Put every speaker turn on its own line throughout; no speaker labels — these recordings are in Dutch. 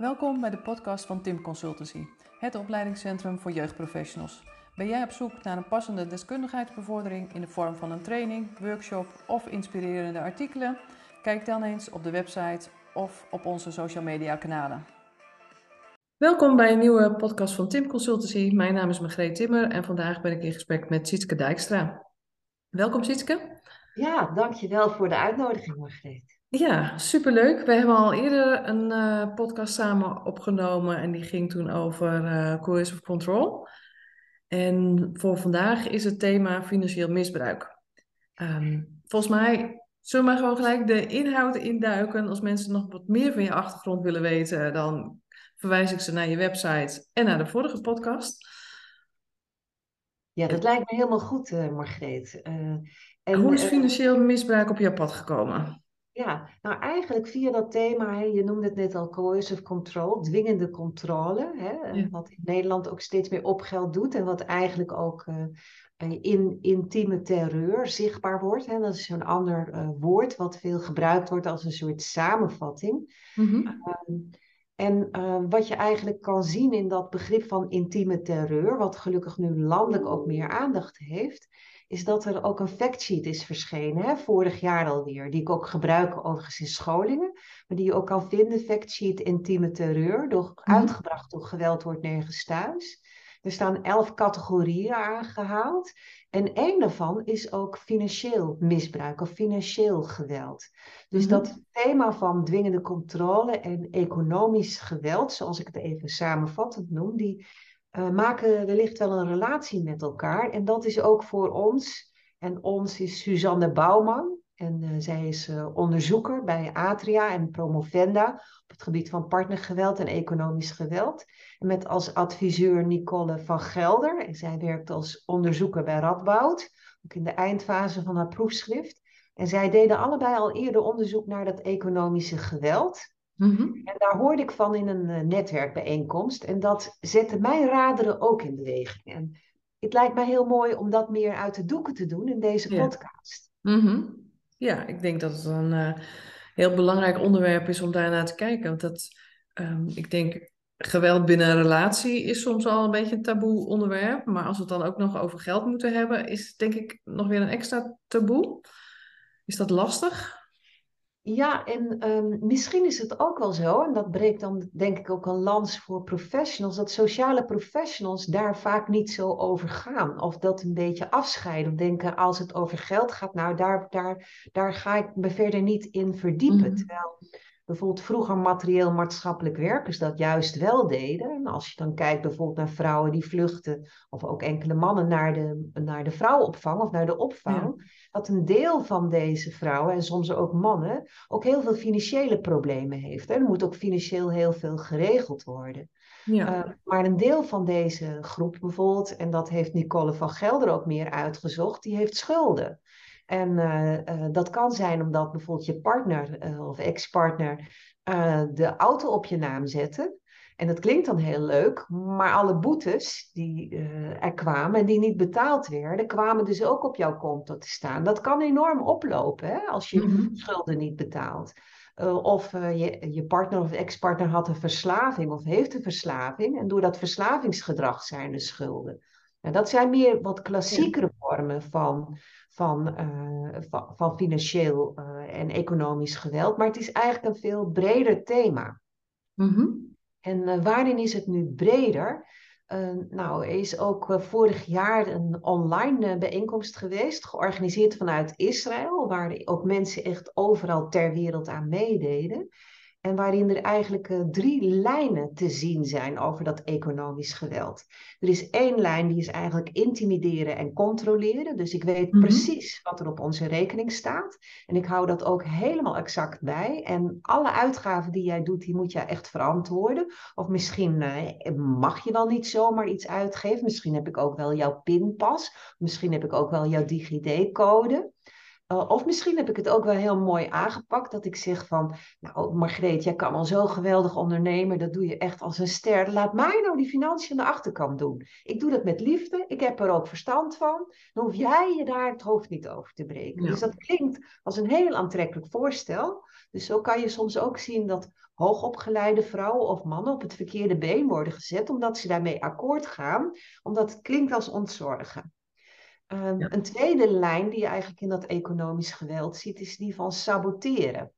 Welkom bij de podcast van Tim Consultancy, het opleidingscentrum voor jeugdprofessionals. Ben jij op zoek naar een passende deskundigheidsbevordering in de vorm van een training, workshop of inspirerende artikelen? Kijk dan eens op de website of op onze social media kanalen. Welkom bij een nieuwe podcast van Tim Consultancy. Mijn naam is Margreet Timmer en vandaag ben ik in gesprek met Sietske Dijkstra. Welkom Sietske.
Ja, dankjewel voor de uitnodiging, Margreet.
Ja, superleuk. We hebben al eerder een podcast samen opgenomen en die ging toen over coercive control. En voor vandaag is het thema financieel misbruik. Volgens mij zullen we maar gewoon gelijk de inhoud induiken. Als mensen nog wat meer van je achtergrond willen weten, dan verwijs ik ze naar je website en naar de vorige podcast.
Ja, dat
En
lijkt me helemaal goed, Margreet.
hoe
En
is financieel misbruik op je pad gekomen?
ja, nou eigenlijk via dat thema, hè, je noemde het net al, coercive control, dwingende controle, hè,
Ja.
wat in Nederland ook steeds meer opgeld doet en wat eigenlijk ook in intieme terreur zichtbaar wordt. Hè. Dat is zo'n ander woord wat veel gebruikt wordt als een soort samenvatting.
Mhm.
En wat je eigenlijk kan zien in dat begrip van intieme terreur, wat gelukkig nu landelijk ook meer aandacht heeft, is dat er ook een factsheet is verschenen, hè, vorig jaar alweer, die ik ook gebruik overigens in scholingen, maar die je ook kan vinden, factsheet intieme terreur,
Mhm.
uitgebracht door Geweld wordt nergens thuis. Er staan 11 categorieën aangehaald en één daarvan is ook financieel misbruik of financieel geweld. Dus
Mhm.
dat thema van dwingende controle en economisch geweld, zoals ik het even samenvattend noem, die maken wellicht wel een relatie met elkaar. En dat is ook voor ons. En ons is Suzanne Bouwman. En zij is onderzoeker bij Atria en promovenda op het gebied van partnergeweld en economisch geweld. En met als adviseur Nicole van Gelder. En zij werkt als onderzoeker bij Radboud, ook in de eindfase van haar proefschrift. En zij deden allebei al eerder onderzoek naar dat economische geweld.
Mhm.
En daar hoorde ik van in een netwerkbijeenkomst. En dat zette mijn raderen ook in beweging. En het lijkt mij heel mooi om dat meer uit de doeken te doen in deze
Ja.
podcast.
Mhm. Ja, ik denk dat het een heel belangrijk onderwerp is om daarnaar te kijken. Want ik denk, geweld binnen een relatie is soms al een beetje een taboe onderwerp. Maar als we het dan ook nog over geld moeten hebben, is het denk ik nog weer een extra taboe. Is dat lastig?
Ja, en misschien is het ook wel zo, en dat breekt dan denk ik ook een lans voor professionals, dat sociale professionals daar vaak niet zo over gaan. Of dat een beetje afscheiden. Of denken als het over geld gaat, nou daar ga ik me verder niet in verdiepen.
Mhm.
Terwijl bijvoorbeeld vroeger materieel maatschappelijk werkers dat juist wel deden. En als je dan kijkt bijvoorbeeld naar vrouwen die vluchten, of ook enkele mannen naar de vrouwenopvang of naar de
Ja.
opvang, dat een deel van deze vrouwen, en soms ook mannen, ook heel veel financiële problemen heeft. Hè. Er moet ook financieel heel veel geregeld worden.
Ja.
Maar een deel van deze groep bijvoorbeeld, en dat heeft Nicole van Gelder ook meer uitgezocht, die heeft schulden. En dat kan zijn omdat bijvoorbeeld je partner of ex-partner de auto op je naam zette. En dat klinkt dan heel leuk, maar alle boetes die er kwamen en die niet betaald werden, kwamen dus ook op jouw konto te staan. Dat kan enorm oplopen, hè, als je
Mhm.
schulden niet betaalt. Of je partner of ex-partner had een verslaving of heeft een verslaving. En door dat verslavingsgedrag zijn er schulden. Nou, dat zijn meer wat
Ja.
klassiekere vormen van financieel en economisch geweld. Maar het is eigenlijk een veel breder thema.
Mhm.
En waarin is het nu breder? Nou, er is ook vorig jaar een online bijeenkomst geweest, georganiseerd vanuit Israël, waar ook mensen echt overal ter wereld aan meededen. En waarin er eigenlijk 3 lijnen te zien zijn over dat economisch geweld. Er is 1 lijn die is eigenlijk intimideren en controleren. Dus ik weet
Mhm.
precies wat er op onze rekening staat. En ik hou dat ook helemaal exact bij. En alle uitgaven die jij doet, die moet jij echt verantwoorden. Of misschien mag je wel niet zomaar iets uitgeven. Misschien heb ik ook wel jouw pinpas. Misschien heb ik ook wel jouw DigiD-code. Of misschien heb ik het ook wel heel mooi aangepakt. Dat ik zeg van, nou Margreet, jij kan al zo geweldig ondernemen. Dat doe je echt als een ster. Laat mij nou die financiën aan de achterkant doen. Ik doe dat met liefde. Ik heb er ook verstand van. Dan hoef jij je daar het hoofd niet over te breken. Dus
Ja.
dat klinkt als een heel aantrekkelijk voorstel. Dus zo kan je soms ook zien dat hoogopgeleide vrouwen of mannen op het verkeerde been worden gezet. Omdat ze daarmee akkoord gaan. Omdat het klinkt als ontzorgen.
Ja.
Een tweede lijn die je eigenlijk in dat economisch geweld ziet, is die van saboteren.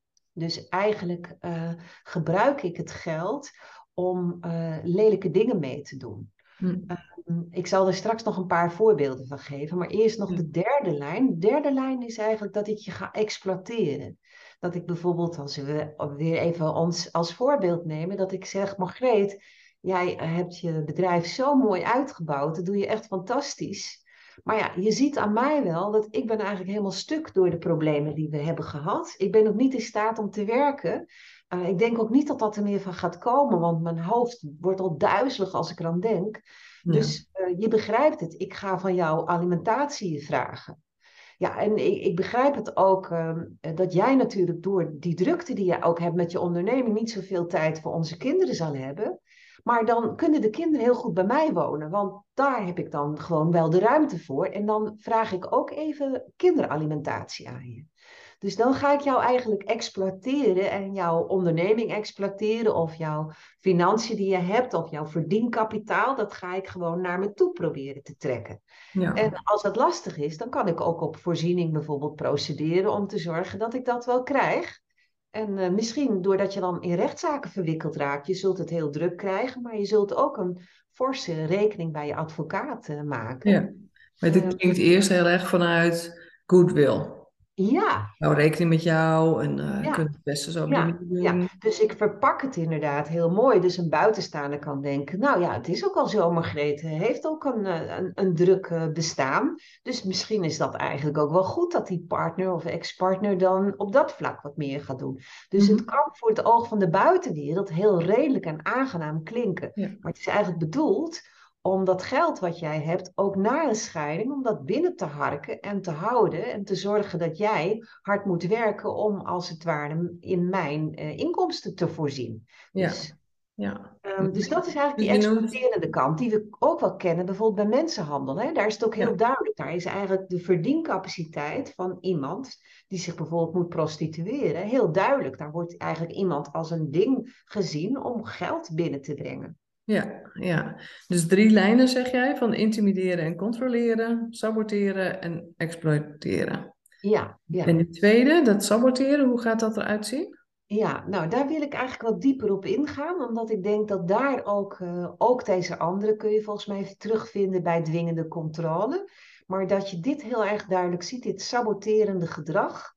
Dus eigenlijk gebruik ik het geld om lelijke dingen mee te doen.
Hm.
Ik zal er straks nog een paar voorbeelden van geven, maar eerst nog
Hm.
de derde lijn. De derde lijn is eigenlijk dat ik je ga exploiteren. Dat ik bijvoorbeeld, als we weer even ons als voorbeeld nemen, dat ik zeg, Margreet, jij hebt je bedrijf zo mooi uitgebouwd, dat doe je echt fantastisch. Maar ja, je ziet aan mij wel dat ik ben eigenlijk helemaal stuk door de problemen die we hebben gehad. Ik ben nog niet in staat om te werken. Ik denk ook niet dat dat er meer van gaat komen, want mijn hoofd wordt al duizelig als ik eraan denk.
Ja.
Dus je begrijpt het. Ik ga van jou alimentatie vragen. Ja, en ik begrijp het ook dat jij natuurlijk door die drukte die je ook hebt met je onderneming niet zoveel tijd voor onze kinderen zal hebben. Maar dan kunnen de kinderen heel goed bij mij wonen, want daar heb ik dan gewoon wel de ruimte voor. En dan vraag ik ook even kinderalimentatie aan je. Dus dan ga ik jou eigenlijk exploiteren en jouw onderneming exploiteren of jouw financiën die je hebt of jouw verdienkapitaal, dat ga ik gewoon naar me toe proberen te trekken. En
Ja.
als dat lastig is, dan kan ik ook op voorziening bijvoorbeeld procederen om te zorgen dat ik dat wel krijg. En misschien doordat je dan in rechtszaken verwikkeld raakt, je zult het heel druk krijgen, maar je zult ook een forse rekening bij je advocaat maken.
Ja. Maar dit
Ehm,
klinkt eerst heel erg vanuit goodwill.
ja,
Hou rekening met jou en
ja.
kunnen het beste zo op die
Ja,
manier
ja,
doen.
dus ik verpak het inderdaad heel mooi. Dus een buitenstaander kan denken, nou ja, het is ook al zo, Margreet heeft ook een druk bestaan. Dus misschien is dat eigenlijk ook wel goed dat die partner of ex-partner dan op dat vlak wat meer gaat doen. Dus het
Mhm.
kan voor het oog van de buitenwereld heel redelijk en aangenaam klinken.
Ja.
Maar het is eigenlijk bedoeld om dat geld wat jij hebt, ook na een scheiding, om dat binnen te harken en te houden en te zorgen dat jij hard moet werken om als het ware in mijn inkomsten te voorzien.
Ja.
Dus,
Ja.
dus dat is eigenlijk
Dus
die
je noemt,
exploiterende kant, die we ook wel kennen, bijvoorbeeld bij mensenhandel. Hè? Daar is het ook heel
ja.
duidelijk. Daar is eigenlijk de verdiencapaciteit van iemand die zich bijvoorbeeld moet prostitueren heel duidelijk. Daar wordt eigenlijk iemand als een ding gezien om geld binnen te brengen.
Ja, ja. Dus 3 lijnen zeg jij, van intimideren en controleren, saboteren en exploiteren.
Ja,
En
ja.
de tweede, dat saboteren, hoe gaat dat eruit zien?
Ja, nou daar wil ik eigenlijk wat dieper op ingaan, omdat ik denk dat daar ook deze andere kun je volgens mij even terugvinden bij dwingende controle. Maar dat je dit heel erg duidelijk ziet, dit saboterende gedrag.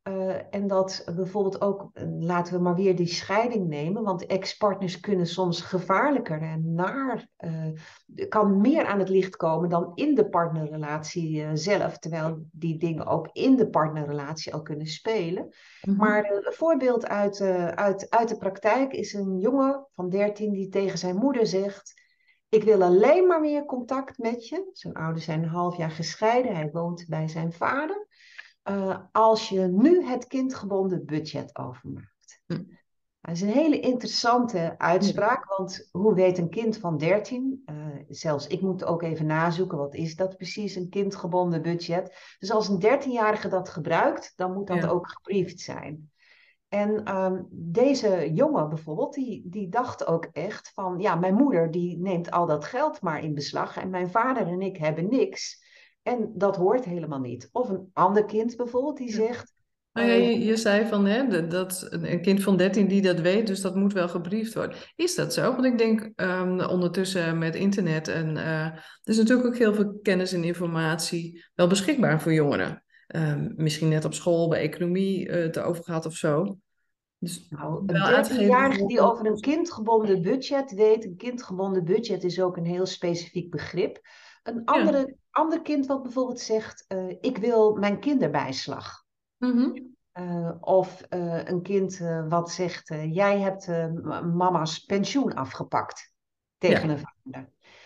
En dat bijvoorbeeld ook, laten we maar weer die scheiding nemen, want ex-partners kunnen soms gevaarlijker en kan meer aan het licht komen dan in de partnerrelatie zelf, terwijl die dingen ook in de partnerrelatie al kunnen spelen. Maar
Mhm.
een voorbeeld uit de praktijk is een jongen van 13 die tegen zijn moeder zegt: ik wil alleen maar meer contact met je. Zijn ouders zijn een half jaar gescheiden. Hij woont bij zijn vader. Als je nu het kindgebonden budget overmaakt.
Hm.
Dat is een hele interessante
Ja.
uitspraak, want hoe weet een kind van 13, zelfs ik moet ook even nazoeken, wat is dat precies, een kindgebonden budget. Dus als een 13-jarige dat gebruikt, dan moet dat
Ja.
ook gebriefd zijn. En deze jongen bijvoorbeeld, die dacht ook echt van, ja, mijn moeder die neemt al dat geld maar in beslag en mijn vader en ik hebben niks. En dat hoort helemaal niet. Of een ander kind bijvoorbeeld, die
Ja.
zegt,
Nou ja,
ja,
je zei van hè, dat een kind van 13 die dat weet, dus dat moet wel gebriefd worden. Is dat zo? Want ik denk ondertussen met internet en er is natuurlijk ook heel veel kennis en informatie wel beschikbaar voor jongeren. Misschien net op school bij economie te over gehad of zo. Dus
nou, een
wel aangegeven
13-jarige die
bijvoorbeeld.
over een kindgebonden budget weet, een kindgebonden budget is ook een heel specifiek begrip. Een
Ja.
ander kind wat bijvoorbeeld zegt, ik wil mijn kinderbijslag.
Mhm.
Of een kind wat zegt, jij hebt mama's pensioen afgepakt tegen
Ja.
een vader.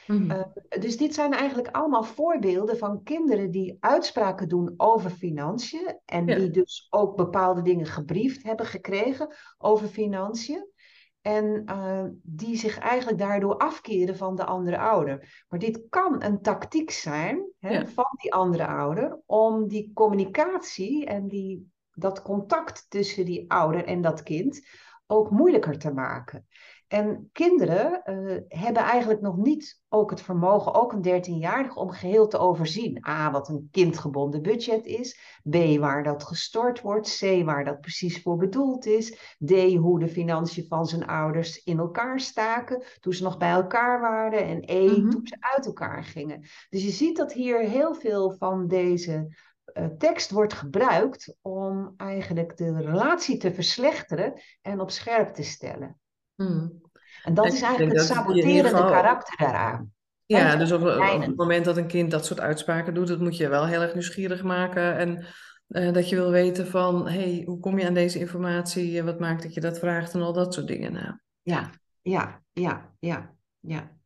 Mhm.
Dus dit zijn eigenlijk allemaal voorbeelden van kinderen die uitspraken doen over financiën en
Ja.
die dus ook bepaalde dingen gebriefd hebben gekregen over financiën. En die zich eigenlijk daardoor afkeren van de andere ouder. Maar dit kan een tactiek zijn, hè,
Ja.
van die andere ouder om die communicatie en dat contact tussen die ouder en dat kind ook moeilijker te maken. En kinderen hebben eigenlijk nog niet ook het vermogen, ook een 13-jarige, om geheel te overzien. A, wat een kindgebonden budget is. B, waar dat gestort wordt. C, waar dat precies voor bedoeld is. D, hoe de financiën van zijn ouders in elkaar staken toen ze nog bij elkaar waren. En E, toen
Mhm.
ze uit elkaar gingen. Dus je ziet dat hier heel veel van deze tekst wordt gebruikt om eigenlijk de relatie te verslechteren en op scherp te stellen.
Mhm.
En dat is
Ik denk
eigenlijk het
dat je in ieder
saboterende
geval,
karakter daaraan. Hè,
ja,
het
dus op het
ondermijnend.
moment dat een kind dat soort uitspraken doet, dat moet je wel heel erg nieuwsgierig maken. En dat je wil weten van, hey, hoe kom je aan deze informatie? En wat maakt dat je dat vraagt? En al dat soort dingen. Nou,
Ja, ja, ja, ja, ja.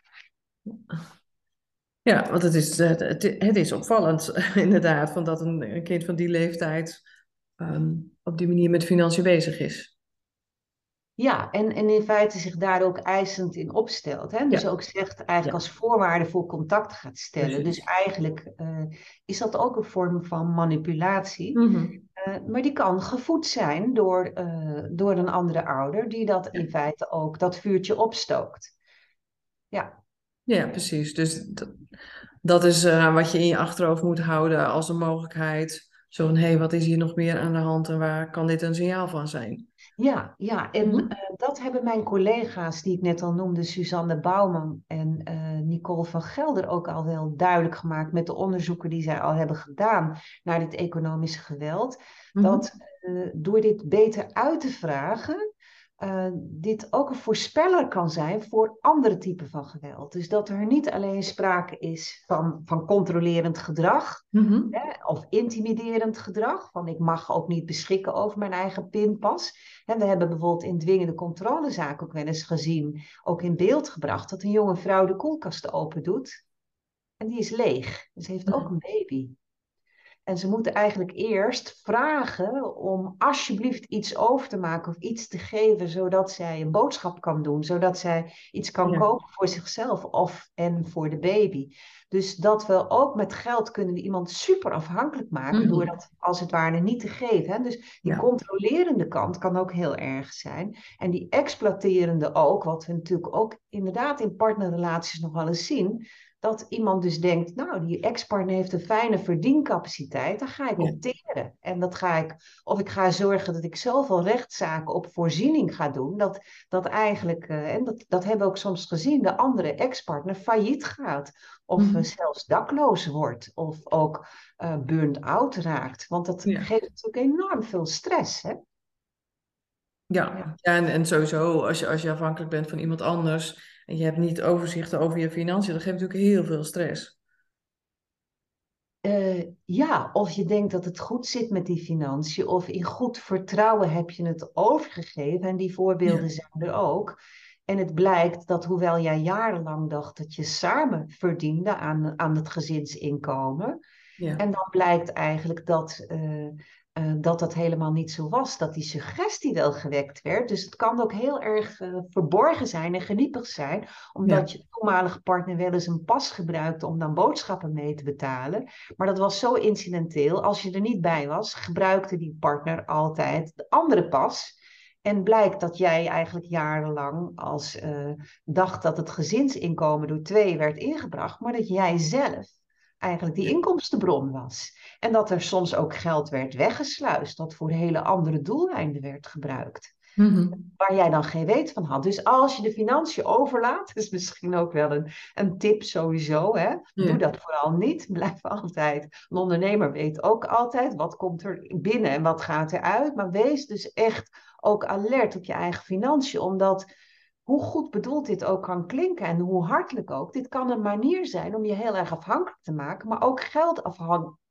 ja, want het is opvallend, inderdaad, van dat een kind van die leeftijd op die manier met financiën bezig is.
Ja, en in feite zich daar ook eisend in opstelt. Hè? Dus
Ja,
ook zegt eigenlijk
ja,
als voorwaarde voor contact gaat stellen. Dus
precies.
eigenlijk is dat ook een vorm van manipulatie.
Mhm.
Maar die kan gevoed zijn door een andere ouder, die dat
Ja.
in feite ook dat vuurtje opstookt. Ja.
Ja, precies. Dus dat is wat je in je achterhoofd moet houden als een mogelijkheid. Zo van, hé, wat is hier nog meer aan de hand en waar kan dit een signaal van zijn?
Ja, ja, en
Mhm.
dat hebben mijn collega's die ik net al noemde, Suzanne Bouwman en Nicole van Gelder, ook al wel duidelijk gemaakt met de onderzoeken die zij al hebben gedaan naar dit economische geweld.
Mhm.
Dat door dit beter uit te vragen, dit ook een voorspeller kan zijn voor andere typen van geweld. Dus dat er niet alleen sprake is van controlerend gedrag,
Mhm.
hè, of intimiderend gedrag, van ik mag ook niet beschikken over mijn eigen pinpas. En we hebben bijvoorbeeld in dwingende controlezaken ook wel eens gezien, ook in beeld gebracht, dat een jonge vrouw de koelkast open doet en die is leeg. Ze heeft ook
Mhm.
een baby. En ze moeten eigenlijk eerst vragen om alsjeblieft iets over te maken of iets te geven, zodat zij een boodschap kan doen, zodat zij iets kan
Ja.
kopen voor zichzelf of en voor de baby. Dus dat we ook met geld kunnen we iemand super afhankelijk maken door
Mhm.
dat als het ware niet te geven. Hè? Dus die
Ja.
controlerende kant kan ook heel erg zijn. En die exploiterende ook, wat we natuurlijk ook inderdaad in partnerrelaties nog wel eens zien, dat iemand dus denkt, nou, die ex-partner heeft een fijne verdiencapaciteit, daar ga ik
Ja.
op teren. En dat ga ik, of ik ga zorgen dat ik zoveel rechtszaken op voorziening ga doen, dat eigenlijk, en dat hebben we ook soms gezien, de andere ex-partner failliet gaat. Of
Mhm.
zelfs dakloos wordt, of ook burnt-out raakt. Want dat
Ja.
geeft natuurlijk enorm veel stress, hè?
Ja,
Ja.
ja en sowieso, als je afhankelijk bent van iemand anders en je hebt niet overzicht over je financiën, dat geeft natuurlijk heel veel stress.
Ja, of je denkt dat het goed zit met die financiën, of in goed vertrouwen heb je het overgegeven. En die
Ja,
voorbeelden zijn er ook. En het blijkt dat hoewel jij jarenlang dacht dat je samen verdiende aan het gezinsinkomen,
ja,
en dan blijkt eigenlijk dat dat helemaal niet zo was, dat die suggestie wel gewekt werd. Dus het kan ook heel erg verborgen zijn en geniepig zijn,
ja.
omdat je toenmalige partner wel eens een pas gebruikte om dan boodschappen mee te betalen. Maar dat was zo incidenteel. Als je er niet bij was, gebruikte die partner altijd de andere pas. En blijkt dat jij eigenlijk jarenlang als dacht dat het gezinsinkomen door twee werd ingebracht, maar dat jij zelf eigenlijk die inkomstenbron was. En dat er soms ook geld werd weggesluist, dat voor hele andere doeleinden werd gebruikt.
Mhm.
Waar jij dan geen weet van had. Dus als je de financiën overlaat, is misschien ook wel een tip sowieso. Hè? Doe
Ja.
dat vooral niet. Blijf altijd. Een ondernemer weet ook altijd wat komt er binnen en wat gaat eruit. Maar wees dus echt ook alert op je eigen financiën. Omdat hoe goed bedoeld dit ook kan klinken en hoe hartelijk ook, dit kan een manier zijn om je heel erg afhankelijk te maken, maar ook geld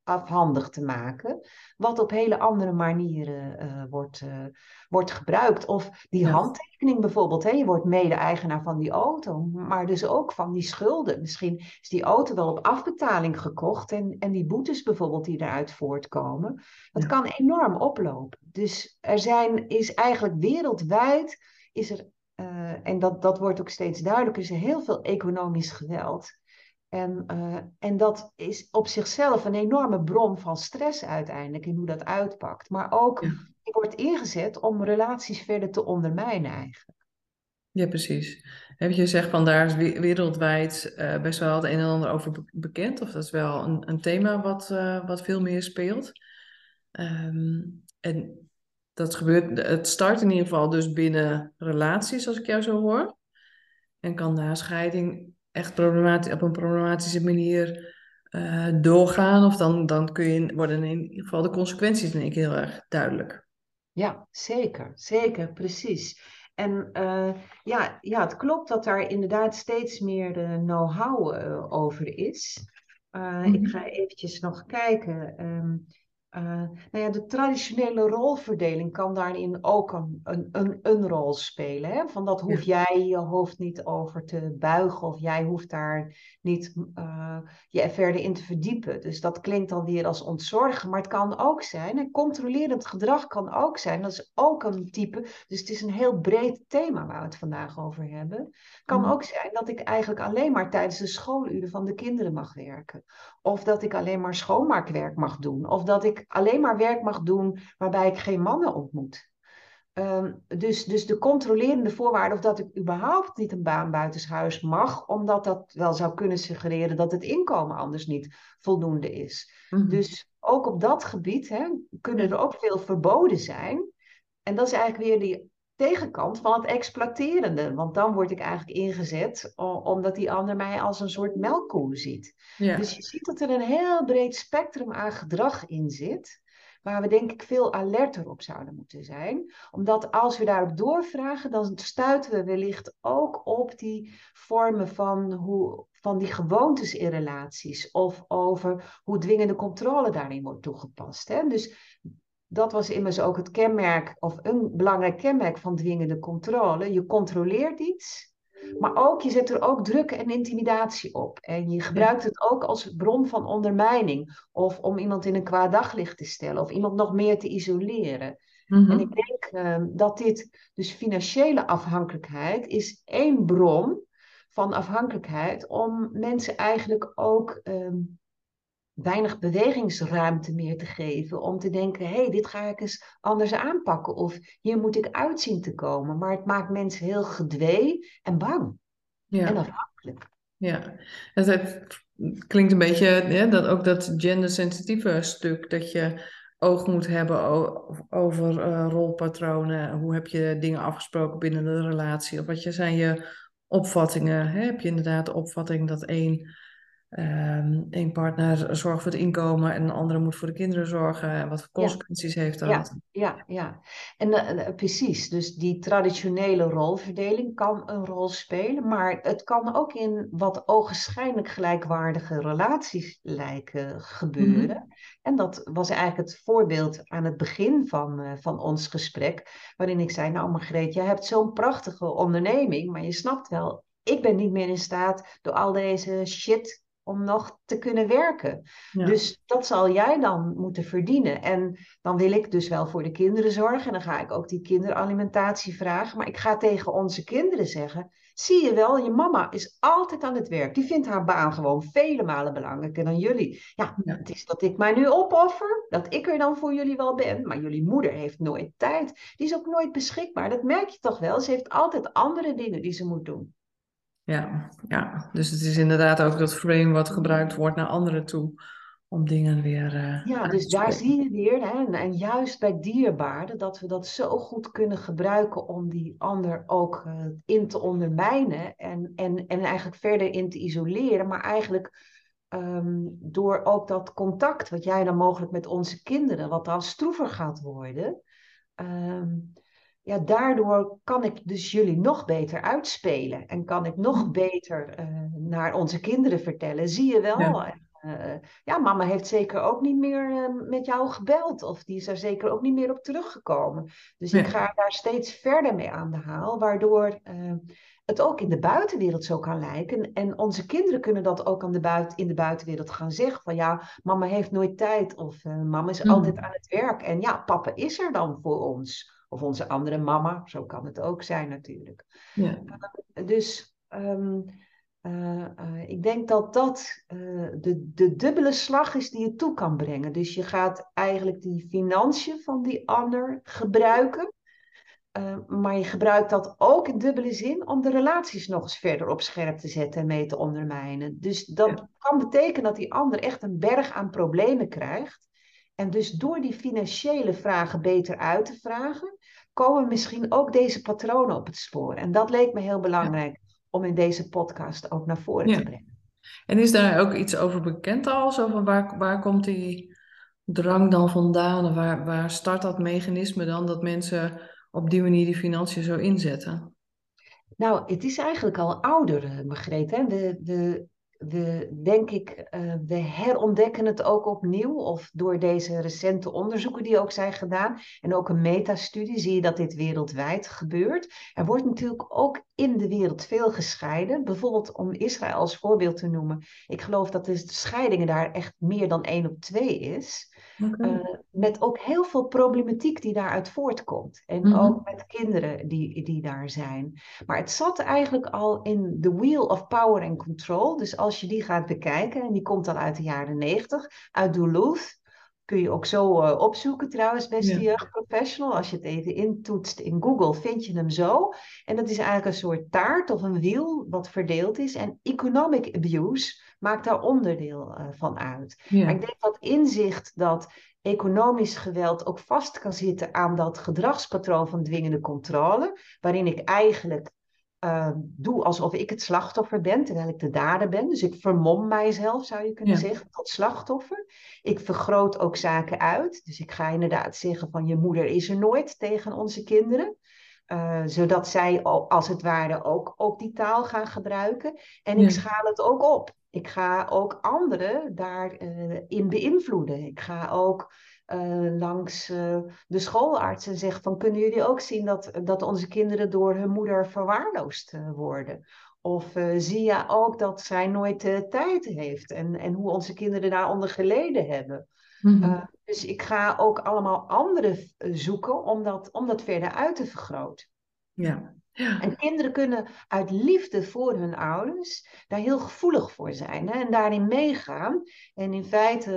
afhandig te maken, wat op hele andere manieren wordt gebruikt. Of die
Ja,
handtekening bijvoorbeeld, hè? Je wordt mede-eigenaar van die auto, maar dus ook van die schulden. Misschien is die auto wel op afbetaling gekocht en die boetes bijvoorbeeld die eruit voortkomen, dat
ja.
kan enorm oplopen. Dus is eigenlijk wereldwijd, is er, en dat wordt ook steeds duidelijker, is er heel veel economisch geweld. En dat is op zichzelf een enorme bron van stress uiteindelijk in hoe dat uitpakt. Maar ook,
Ja.
die wordt ingezet om relaties verder te ondermijnen eigenlijk.
Ja, precies. Heb je zegt van daar is wereldwijd best wel het een en ander over bekend, of dat is wel een thema wat veel meer speelt. En dat gebeurt, het start in ieder geval dus binnen relaties, als ik jou zo hoor. En kan na scheiding echt op een problematische manier doorgaan, of dan worden in ieder geval de consequenties denk ik heel erg duidelijk.
Ja, zeker, zeker, precies. En ja, het klopt dat daar inderdaad steeds meer know-how over is. Ik
Mhm.
ga eventjes nog kijken. Nou ja, de traditionele rolverdeling kan daarin ook een rol spelen. Hè? Van dat hoef
Ja.
jij je hoofd niet over te buigen of jij hoeft daar niet je er verder in te verdiepen. Dus dat klinkt dan weer als ontzorgen, maar het kan ook zijn. En controlerend gedrag kan ook zijn. Dat is ook een type. Dus het is een heel breed thema waar we het vandaag over hebben. Het kan
Mhm.
ook zijn dat ik eigenlijk alleen maar tijdens de schooluren van de kinderen mag werken. Of dat ik alleen maar schoonmaakwerk mag doen. Of dat ik alleen maar werk mag doen waarbij ik geen mannen ontmoet. Dus de controlerende voorwaarde of dat ik überhaupt niet een baan buitenshuis mag, omdat dat wel zou kunnen suggereren dat het inkomen anders niet voldoende is.
Mhm.
Dus ook op dat gebied kunnen
Ja.
er ook veel verboden zijn. En dat is eigenlijk weer die tegenkant van het exploiterende. Want dan word ik eigenlijk ingezet omdat die ander mij als een soort melkkoe ziet. Dus
Ja.
je ziet dat er een heel breed spectrum aan gedrag in zit. Waar we denk ik veel alerter op zouden moeten zijn. Omdat als we daarop doorvragen, dan stuiten we wellicht ook op die vormen van die gewoontes in relaties. Of over hoe dwingende controle daarin wordt toegepast. Hè? Dus dat was immers ook het kenmerk, of een belangrijk kenmerk van dwingende controle. Je controleert iets, maar ook je zet er ook druk en intimidatie op. En je
Ja.
gebruikt het ook als bron van ondermijning. Of om iemand in een kwaad daglicht te stellen, of iemand nog meer te isoleren. En ik
Mhm.
denk dat dit, dus financiële afhankelijkheid, is één bron van afhankelijkheid om mensen eigenlijk ook weinig bewegingsruimte meer te geven. Om te denken, hé, dit ga ik eens anders aanpakken. Of hier moet ik uitzien te komen. Maar het maakt mensen heel gedwee en bang en
Ja.
afhankelijk.
Ja, het klinkt een beetje, dat ook dat gendersensitieve stuk, dat je oog moet hebben over rolpatronen. Hoe heb je dingen afgesproken binnen de relatie? Of wat zijn je opvattingen? Hè? Heb je inderdaad de opvatting dat één partner zorgt voor het inkomen en een andere moet voor de kinderen zorgen? En wat voor
Ja.
consequenties heeft dat?
Ja. En precies, dus die traditionele rolverdeling kan een rol spelen, maar het kan ook in wat ogenschijnlijk gelijkwaardige relaties lijken gebeuren.
Mhm.
En dat was eigenlijk het voorbeeld aan het begin van ons gesprek, waarin ik zei, nou Margreet, jij hebt zo'n prachtige onderneming, maar je snapt wel, ik ben niet meer in staat door al deze shit om nog te kunnen werken.
Ja,
Dus dat zal jij dan moeten verdienen. En dan wil ik dus wel voor de kinderen zorgen. En dan ga ik ook die kinderalimentatie vragen. Maar ik ga tegen onze kinderen zeggen: zie je wel, je mama is altijd aan het werk. Die vindt haar baan gewoon vele malen belangrijker dan jullie. Ja,
ja.
het is dat ik mij nu opoffer, dat ik er dan voor jullie wel ben. Maar jullie moeder heeft nooit tijd. Die is ook nooit beschikbaar. Dat merk je toch wel. Ze heeft altijd andere dingen die ze moet doen.
Ja, dus het is inderdaad ook dat frame wat gebruikt wordt naar anderen toe om dingen weer
Ja,
uit
dus
te
daar
spreken.
zie je weer, hè, en juist bij dierbaarden, dat we dat zo goed kunnen gebruiken om die ander ook in te ondermijnen en eigenlijk verder in te isoleren. Maar eigenlijk door ook dat contact, wat jij dan mogelijk met onze kinderen, wat dan stroever gaat worden, ehm, ja, daardoor kan ik dus jullie nog beter uitspelen en kan ik nog beter naar onze kinderen vertellen. Zie je wel,
Ja,
ja, mama heeft zeker ook niet meer met jou gebeld. Of die is er zeker ook niet meer op teruggekomen. Dus ik
Ja,
ga daar steeds verder mee aan de haal. Waardoor het ook in de buitenwereld zo kan lijken. En onze kinderen kunnen dat ook in de buitenwereld gaan zeggen. Van ja, mama heeft nooit tijd. Of mama is altijd aan
mhm.
het werk. En ja, papa is er dan voor ons. Of onze andere mama. Zo kan het ook zijn natuurlijk.
Ja,
Dus ik denk dat dat de dubbele slag is die je toe kan brengen. Dus je gaat eigenlijk die financiën van die ander gebruiken. Maar je gebruikt dat ook in dubbele zin om de relaties nog eens verder op scherp te zetten en mee te ondermijnen. Dus dat
ja,
kan betekenen dat die ander echt een berg aan problemen krijgt. En dus door die financiële vragen beter uit te vragen, komen misschien ook deze patronen op het spoor. En dat leek me heel
ja.
belangrijk om in deze podcast ook naar voren te
Ja.
brengen.
En is daar ook iets over bekend al? Zo van waar komt die drang dan vandaan? En waar start dat mechanisme dan dat mensen op die manier die financiën zo inzetten?
Nou, het is eigenlijk al ouder, Margreet. Hè? Denk ik, we herontdekken het ook opnieuw. Of door deze recente onderzoeken die ook zijn gedaan. En ook een metastudie zie je dat dit wereldwijd gebeurt. Er wordt natuurlijk ook in de wereld veel gescheiden. Bijvoorbeeld om Israël als voorbeeld te noemen. Ik geloof dat de scheidingen daar echt meer dan 1 op 2 is.
Oké.
Met ook heel veel problematiek die daaruit voortkomt. En ook
Mhm.
met kinderen die daar zijn. Maar het zat eigenlijk al in The Wheel of Power and Control. Dus als je die gaat bekijken, en die komt al uit de jaren 90, uit Duluth. Kun je ook zo opzoeken trouwens, beste
Ja,
jeugdprofessional. Als je het even intoetst in Google, vind je hem zo. En dat is eigenlijk een soort taart of een wiel wat verdeeld is. En economic abuse maakt daar onderdeel van uit. Maar ik
ja,
denk dat inzicht dat economisch geweld ook vast kan zitten aan dat gedragspatroon van dwingende controle, waarin ik eigenlijk doe alsof ik het slachtoffer ben, terwijl ik de dader ben. Dus ik vermom mijzelf, zou je kunnen
ja,
zeggen, tot slachtoffer. Ik vergroot ook zaken uit. Dus ik ga inderdaad zeggen van je moeder is er nooit tegen onze kinderen. Zodat zij als het ware ook die taal gaan gebruiken. En ik
ja,
schaal het ook op. Ik ga ook anderen daarin in beïnvloeden. Ik ga ook langs de schoolarts en zeg van kunnen jullie ook zien dat onze kinderen door hun moeder verwaarloosd worden? Of zie je ook dat zij nooit tijd heeft en hoe onze kinderen daaronder geleden hebben?
mhm.
Dus ik ga ook allemaal anderen zoeken om dat verder uit te vergroten.
Ja,
En
ja,
kinderen kunnen uit liefde voor hun ouders daar heel gevoelig voor zijn, hè, en daarin meegaan. En in feite,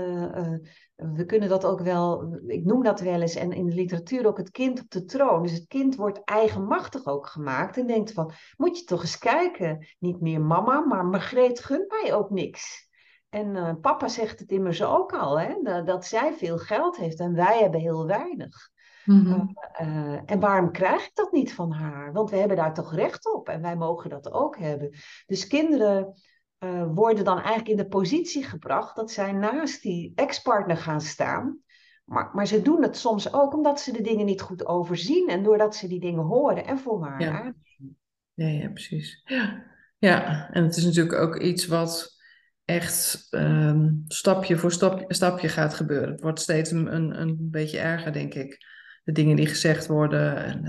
we kunnen dat ook wel, ik noem dat wel eens, en in de literatuur ook het kind op de troon. Dus het kind wordt eigenmachtig ook gemaakt en denkt van, moet je toch eens kijken, niet meer mama, maar Margreet gunt mij ook niks. En papa zegt het immers ook al, hè, dat zij veel geld heeft en wij hebben heel weinig. Uh,
mhm.
en waarom krijg ik dat niet van haar? Want we hebben daar toch recht op en wij mogen dat ook hebben. Dus kinderen worden dan eigenlijk in de positie gebracht dat zij naast die ex-partner gaan staan. Maar ze doen het soms ook omdat ze de dingen niet goed overzien en doordat ze die dingen horen en voor waar
Ja,
aan.
ja, ja, precies. Ja, ja, en het is natuurlijk ook iets wat echt stapje voor stapje gaat gebeuren. Het wordt steeds een beetje erger, denk ik. De dingen die gezegd worden en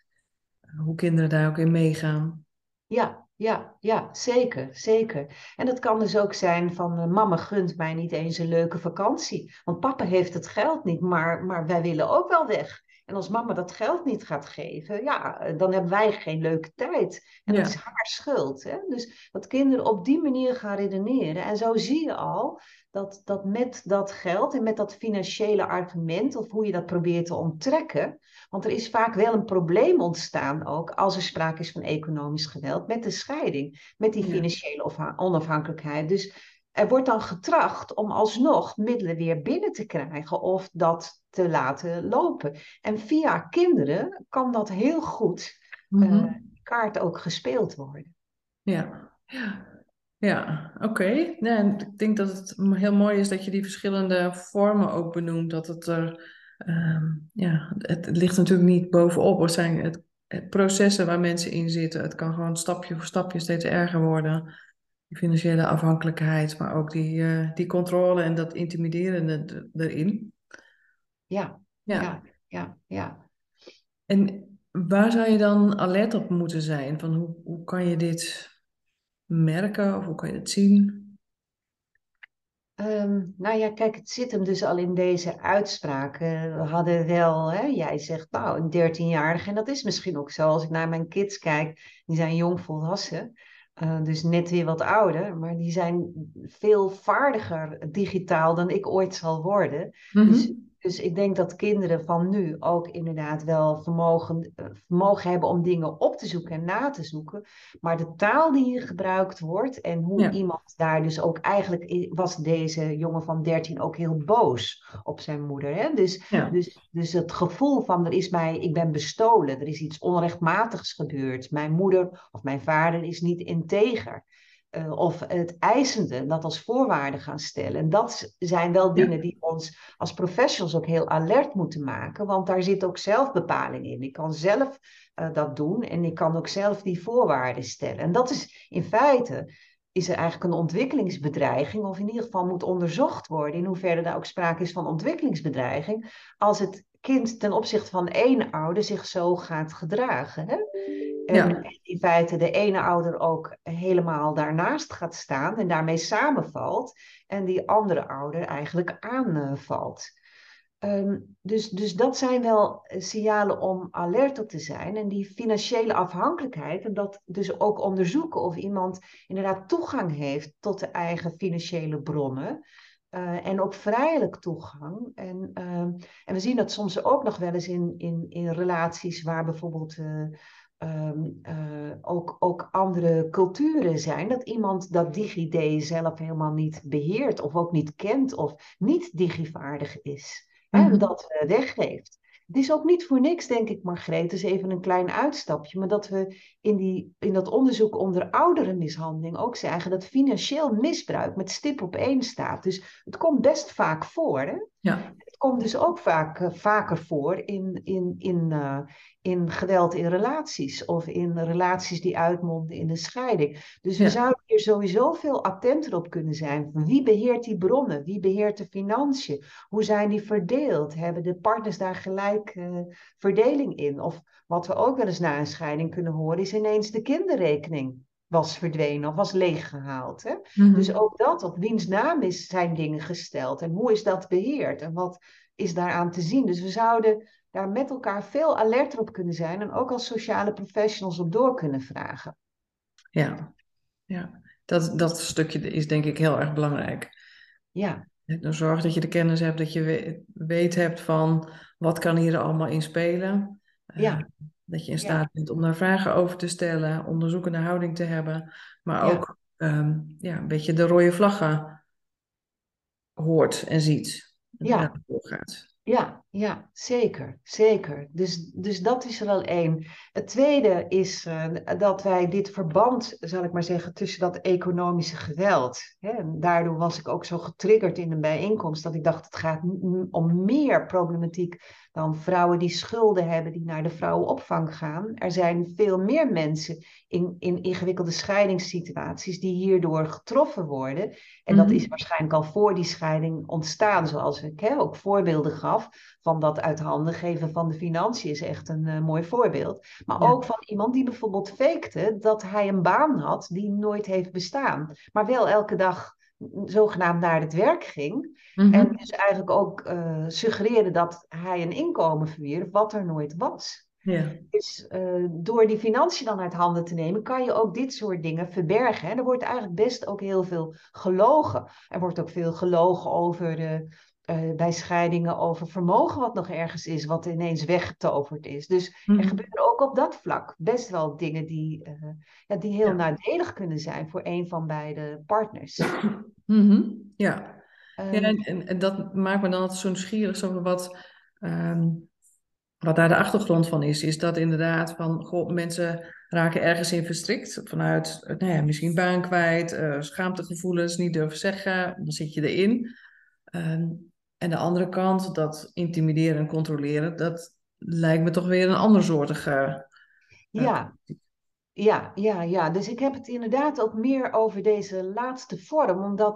hoe kinderen daar ook in meegaan.
Ja, ja, ja, zeker, zeker. En dat kan dus ook zijn van mama gunt mij niet eens een leuke vakantie. Want papa heeft het geld niet, maar wij willen ook wel weg. En als mama dat geld niet gaat geven, ja, dan hebben wij geen leuke tijd. En dat is
Ja,
haar schuld. Hè? Dus dat kinderen op die manier gaan redeneren. En zo zie je al dat met dat geld en met dat financiële argument, of hoe je dat probeert te onttrekken, want er is vaak wel een probleem ontstaan ook als er sprake is van economisch geweld met de scheiding, met die
ja,
financiële onafhankelijkheid. Dus er wordt dan getracht om alsnog middelen weer binnen te krijgen of dat te laten lopen. En via kinderen kan dat heel goed
mhm.
kaart ook gespeeld worden.
Ja, ja, ja, oké. Nee, en ik denk dat het heel mooi is dat je die verschillende vormen ook benoemt. Dat het er, ja, het ligt natuurlijk niet bovenop. Er zijn het processen waar mensen in zitten. Het kan gewoon stapje voor stapje steeds erger worden. Die financiële afhankelijkheid, maar ook die controle en dat intimiderende erin.
Ja,
Ja.
ja, ja, ja.
En waar zou je dan alert op moeten zijn? Van hoe kan je dit merken of hoe kan je het zien?
Nou ja, kijk, het zit hem dus al in deze uitspraak. We hadden wel, hè, jij zegt nou een 13-jarige, en dat is misschien ook zo. Als ik naar mijn kids kijk, die zijn jong volwassen, dus net weer wat ouder, maar die zijn veel vaardiger digitaal dan ik ooit zal worden. Dus,
Mhm.
dus ik denk dat kinderen van nu ook inderdaad wel vermogen hebben om dingen op te zoeken en na te zoeken. Maar de taal die hier gebruikt wordt en hoe
Ja,
iemand daar dus ook eigenlijk was deze jongen van 13 ook heel boos op zijn moeder. Hè?
ja,
Dus het gevoel van ik ben bestolen, er is iets onrechtmatigs gebeurd. Mijn moeder of mijn vader is niet integer. Of het eisende, dat als voorwaarde gaan stellen. En dat zijn wel
ja,
dingen die ons als professionals ook heel alert moeten maken, want daar zit ook zelfbepaling in. Ik kan zelf dat doen en ik kan ook zelf die voorwaarden stellen. En dat is in feite, is er eigenlijk een ontwikkelingsbedreiging, of in ieder geval moet onderzocht worden in hoeverre daar ook sprake is van ontwikkelingsbedreiging, als het kind ten opzichte van één ouder zich zo gaat gedragen. Hè? En
ja,
in feite de ene ouder ook helemaal daarnaast gaat staan en daarmee samenvalt en die andere ouder eigenlijk aanvalt. Dus dat zijn wel signalen om alert op te zijn. En die financiële afhankelijkheid, en dat dus ook onderzoeken of iemand inderdaad toegang heeft tot de eigen financiële bronnen. En ook vrijelijk toegang. En we zien dat soms ook nog wel eens in relaties waar bijvoorbeeld ook andere culturen zijn. Dat iemand dat DigiD zelf helemaal niet beheert of ook niet kent of niet digivaardig is. Hè, en
mhm.
dat weggeeft. Het is ook niet voor niks, denk ik, Margreet, dus even een klein uitstapje, maar dat we in dat onderzoek onder ouderenmishandeling ook zeggen dat financieel misbruik met stip op één staat. Dus het komt best vaak voor, hè?
Ja,
Het komt dus ook vaker voor in geweld in relaties of in relaties die uitmonden in een scheiding. Dus we
ja,
zouden hier sowieso veel attenter op kunnen zijn. Wie beheert die bronnen? Wie beheert de financiën? Hoe zijn die verdeeld? Hebben de partners daar gelijk verdeling in? Of wat we ook wel eens na een scheiding kunnen horen, is ineens de kinderrekening was verdwenen of was leeggehaald. Hè? Dus
mhm.
ook dat, op wiens naam zijn dingen gesteld en hoe is dat beheerd en wat is daaraan te zien. Dus we zouden daar met elkaar veel alerter op kunnen zijn en ook als sociale professionals op door kunnen vragen.
Ja, ja. Dat stukje is denk ik heel erg belangrijk.
Ja,
Dan zorg dat je de kennis hebt, dat je weet hebt van wat kan hier allemaal in spelen.
ja,
Dat je in
ja,
staat bent om daar vragen over te stellen, onderzoekende houding te hebben, maar
ja,
ook ja, een beetje de rode vlaggen hoort en ziet en
ja.
daarop doorgaat.
Ja, ja, zeker, zeker. Dus dat is er al één. Het tweede is dat wij dit verband, zal ik maar zeggen, tussen dat economische geweld. Hè, en daardoor was ik ook zo getriggerd in een bijeenkomst dat ik dacht, het gaat om meer problematiek dan vrouwen die schulden hebben, die naar de vrouwenopvang gaan. Er zijn veel meer mensen in ingewikkelde scheidingssituaties die hierdoor getroffen worden. En dat is
Mhm.
waarschijnlijk al voor die scheiding ontstaan, zoals ik ook voorbeelden gaf. Van dat uit handen geven van de financiën is echt een mooi voorbeeld. Maar
Ja.
ook van iemand die bijvoorbeeld fakte dat hij een baan had die nooit heeft bestaan. Maar wel elke dag zogenaamd naar het werk ging. En
Mhm.
dus eigenlijk ook suggereerde dat hij een inkomen verwierf wat er nooit was.
Ja.
Dus door die financiën dan uit handen te nemen, kan je ook dit soort dingen verbergen. En er wordt eigenlijk best ook heel veel gelogen. Er wordt ook veel gelogen over bij scheidingen over vermogen wat nog ergens is, wat ineens weggetoverd is. Dus er
Mhm.
gebeuren ook op dat vlak best wel dingen ja, die heel
Ja.
nadelig kunnen zijn voor een van beide partners.
Mhm. Ja. Ja,
Ehm,
en dat maakt me dan altijd zo nieuwsgierig, zo ehm, wat daar de achtergrond van is dat inderdaad van, goh, mensen raken ergens in verstrikt vanuit, nou ja, misschien baan kwijt, schaamtegevoelens, niet durven zeggen, dan zit je erin. Ehm, en de andere kant, dat intimideren en controleren, dat lijkt me toch weer een andersoortige
ja,
problematiek.
Ja. Dus ik heb het inderdaad ook meer over deze laatste vorm, omdat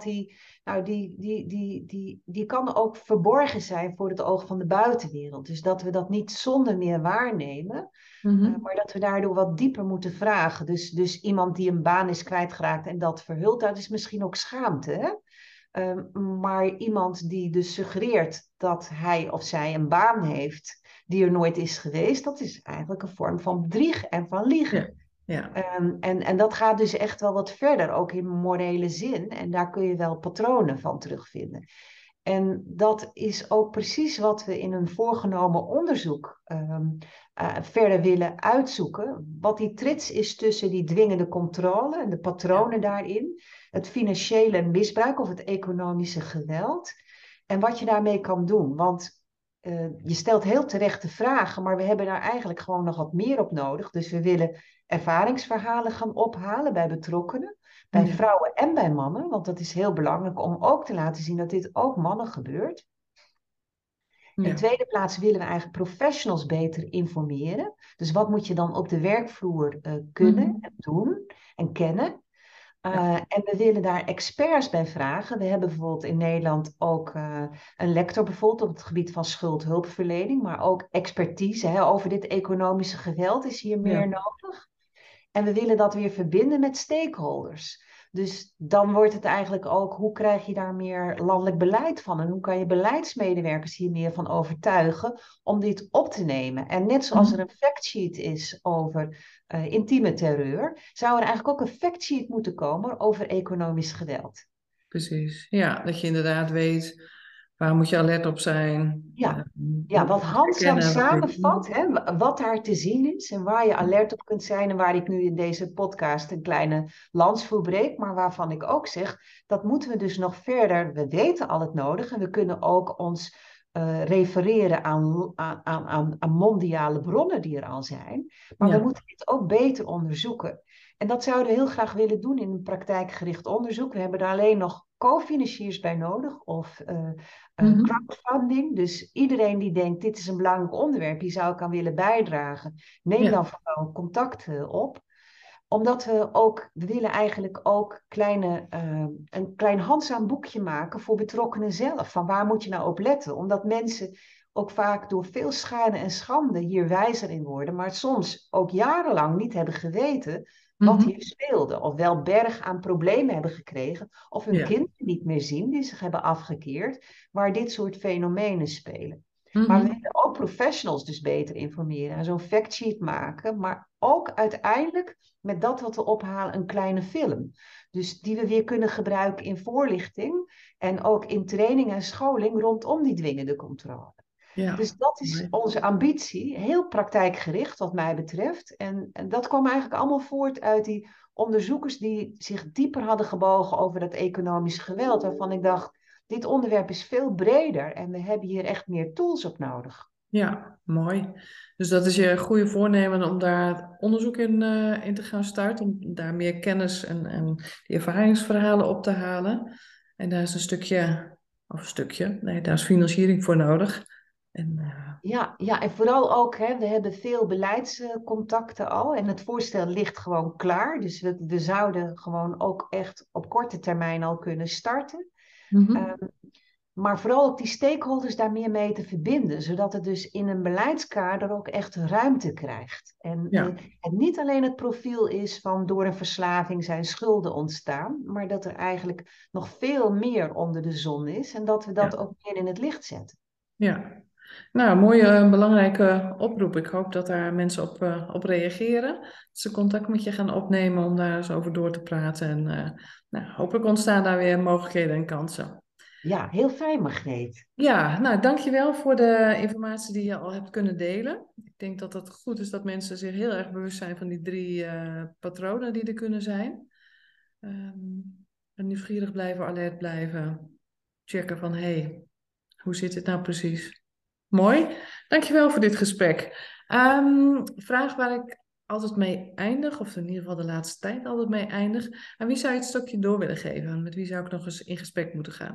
die kan ook verborgen zijn voor het oog van de buitenwereld. Dus dat we dat niet zonder meer waarnemen,
Mhm.
maar dat we daardoor wat dieper moeten vragen. Dus iemand die een baan is kwijtgeraakt en dat verhult, dat is misschien ook schaamte, hè? Maar iemand die dus suggereert dat hij of zij een baan heeft die er nooit is geweest, dat is eigenlijk een vorm van bedrieg en van
Ja,
liegen.
ja,
En dat gaat dus echt wel wat verder, ook in morele zin. En daar kun je wel patronen van terugvinden. En dat is ook precies wat we in een voorgenomen onderzoek verder willen uitzoeken. Wat die trits is tussen die dwingende controle en de
ja.
patronen daarin, het financiële misbruik of het economische geweld, en wat je daarmee kan doen. Want je stelt heel terechte vragen, maar we hebben daar eigenlijk gewoon nog wat meer op nodig. Dus we willen ervaringsverhalen gaan ophalen bij betrokkenen, bij
Ja,
vrouwen en bij mannen, want dat is heel belangrijk om ook te laten zien dat dit ook mannen gebeurt. In
ja,
tweede plaats willen we eigenlijk professionals beter informeren. Dus wat moet je dan op de werkvloer kunnen
mhm.
en doen en kennen?
Ja,
En we willen daar experts bij vragen. We hebben bijvoorbeeld in Nederland ook een lector bijvoorbeeld op het gebied van schuldhulpverlening, maar ook expertise hè, over dit economische geweld is hier meer
ja.
nodig. En we willen dat weer verbinden met stakeholders. Dus dan wordt het eigenlijk ook, hoe krijg je daar meer landelijk beleid van? En hoe kan je beleidsmedewerkers hier meer van overtuigen om dit op te nemen? En net zoals er
Mhm.
een factsheet is over intieme terreur, zou er eigenlijk ook een factsheet moeten komen over economisch geweld.
Precies. Ja, dat je inderdaad weet waar moet je alert op zijn,
Ja, ja,
hoe
wat
kun je het
handzaam
herkennen, wat kun je
samenvat,
doen.
hè, wat daar te zien is en waar je alert op kunt zijn en waar ik nu in deze podcast een kleine lans voor breek, maar waarvan ik ook zeg, dat moeten we dus nog verder, we weten al het nodige en we kunnen ook ons refereren aan mondiale bronnen die er al zijn, maar we
Ja.
moeten dit ook beter onderzoeken. En dat zouden we heel graag willen doen in een praktijkgericht onderzoek. We hebben er alleen nog co-financiers bij nodig of
Mhm.
crowdfunding. Dus iedereen die denkt, dit is een belangrijk onderwerp, die zou ik aan willen bijdragen. Neem
Ja.
dan vooral contact op. Omdat we willen eigenlijk ook een klein handzaam boekje maken voor betrokkenen zelf. Van waar moet je nou op letten? Omdat mensen ook vaak door veel schade en schande hier wijzer in worden, maar soms ook jarenlang niet hebben geweten wat
Mhm.
hier speelde. Of wel berg aan problemen hebben gekregen, of hun
Ja.
kinderen niet meer zien die zich hebben afgekeerd, waar dit soort fenomenen spelen. Maar we
Mhm.
willen ook professionals dus beter informeren en zo'n factsheet maken, maar ook uiteindelijk met dat wat we ophalen een kleine film. Dus die we weer kunnen gebruiken in voorlichting en ook in training en scholing rondom die dwingende controle.
Ja.
Dus dat is
Mooi.
onze ambitie, heel praktijkgericht wat mij betreft. En dat kwam eigenlijk allemaal voort uit die onderzoekers die zich dieper hadden gebogen over dat economisch geweld, waarvan ik dacht, dit onderwerp is veel breder en we hebben hier echt meer tools op nodig.
Ja, mooi. Dus dat is je goede voornemen om daar onderzoek in te gaan starten, om daar meer kennis en die ervaringsverhalen op te halen. En daar is nee, daar is financiering voor nodig. En
Ja, en vooral ook, hè, we hebben veel beleidscontacten al en het voorstel ligt gewoon klaar. Dus we zouden gewoon ook echt op korte termijn al kunnen starten.
mhm.
Ehm, maar vooral ook die stakeholders daar meer mee te verbinden, zodat het dus in een beleidskader ook echt ruimte krijgt. En
Ja,
het niet alleen het profiel is van door een verslaving zijn schulden ontstaan, maar dat er eigenlijk nog veel meer onder de zon is en dat we dat
ja,
ook meer in het licht zetten.
ja. Nou, mooie, belangrijke oproep. Ik hoop dat daar mensen op reageren. Dat ze contact met je gaan opnemen om daar eens over door te praten. En nou, hopelijk ontstaan daar weer mogelijkheden en kansen.
Ja, heel fijn, Margreet.
Ja, nou, dankjewel voor de informatie die je al hebt kunnen delen. Ik denk dat het goed is dat mensen zich heel erg bewust zijn van die drie patronen die er kunnen zijn. Ehm, en nieuwsgierig blijven, alert blijven, checken van, hoe zit het nou precies? Mooi, dankjewel voor dit gesprek. Vraag waar ik altijd mee eindig, of in ieder geval de laatste tijd altijd mee eindig. Aan wie zou je het stokje door willen geven? Met wie zou ik nog eens in gesprek moeten gaan?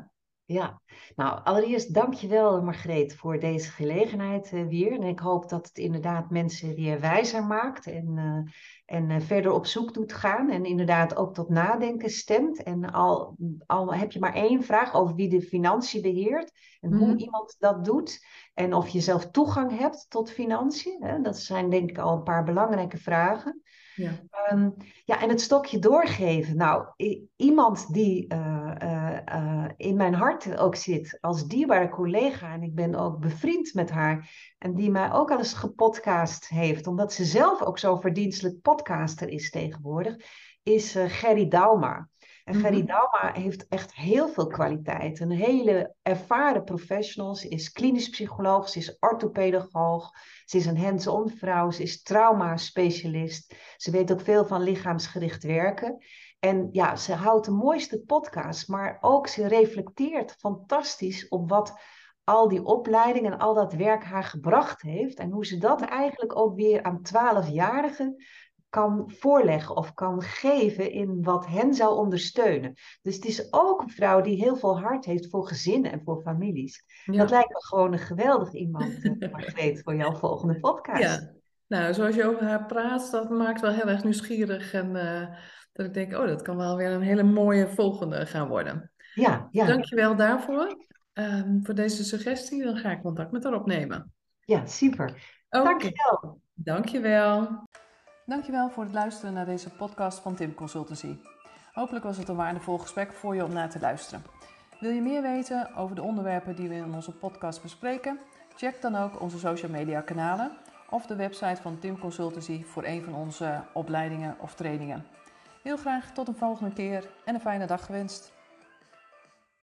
Ja, nou allereerst dankjewel Margreet voor deze gelegenheid weer. En ik hoop dat het inderdaad mensen weer wijzer maakt en verder op zoek doet gaan. En inderdaad ook tot nadenken stemt. En al heb je maar één vraag over wie de financiën beheert en hoe
Mhm.
iemand dat doet. En of je zelf toegang hebt tot financiën. Hè, dat zijn denk ik al een paar belangrijke vragen.
Ja.
Ja, en het stokje doorgeven. Nou, iemand die in mijn hart ook zit als dierbare collega en ik ben ook bevriend met haar en die mij ook al eens gepodcast heeft, omdat ze zelf ook zo verdienstelijk podcaster is tegenwoordig, is Gerry Dauma. En Gerry
Mhm.
Dauma heeft echt heel veel kwaliteit. Een hele ervaren professional. Ze is klinisch psycholoog, ze is orthopedagoog, ze is een hands-on vrouw, ze is trauma-specialist. Ze weet ook veel van lichaamsgericht werken. En ja, ze houdt de mooiste podcast, maar ook ze reflecteert fantastisch op wat al die opleiding en al dat werk haar gebracht heeft. En hoe ze dat eigenlijk ook weer aan 12-jarigen kan voorleggen of kan geven in wat hen zou ondersteunen. Dus het is ook een vrouw die heel veel hart heeft voor gezinnen en voor families. Dat
Ja.
lijkt me gewoon een geweldig iemand, Margreet, voor jouw volgende podcast.
Ja, nou, zoals je over haar praat, dat maakt wel heel erg nieuwsgierig. En dat ik denk, oh, dat kan wel weer een hele mooie volgende gaan worden.
Ja,
Dus
ja,
dank je wel daarvoor, voor deze suggestie. Dan ga ik contact met haar opnemen.
ja, super.
Oké,
Dankjewel.
dank je wel. Dank je wel voor het luisteren naar deze podcast van Tim Consultancy. Hopelijk was het een waardevol gesprek voor je om naar te luisteren. Wil je meer weten over de onderwerpen die we in onze podcast bespreken? Check dan ook onze social media kanalen of de website van Tim Consultancy voor een van onze opleidingen of trainingen. Heel graag tot een volgende keer en een fijne dag gewenst.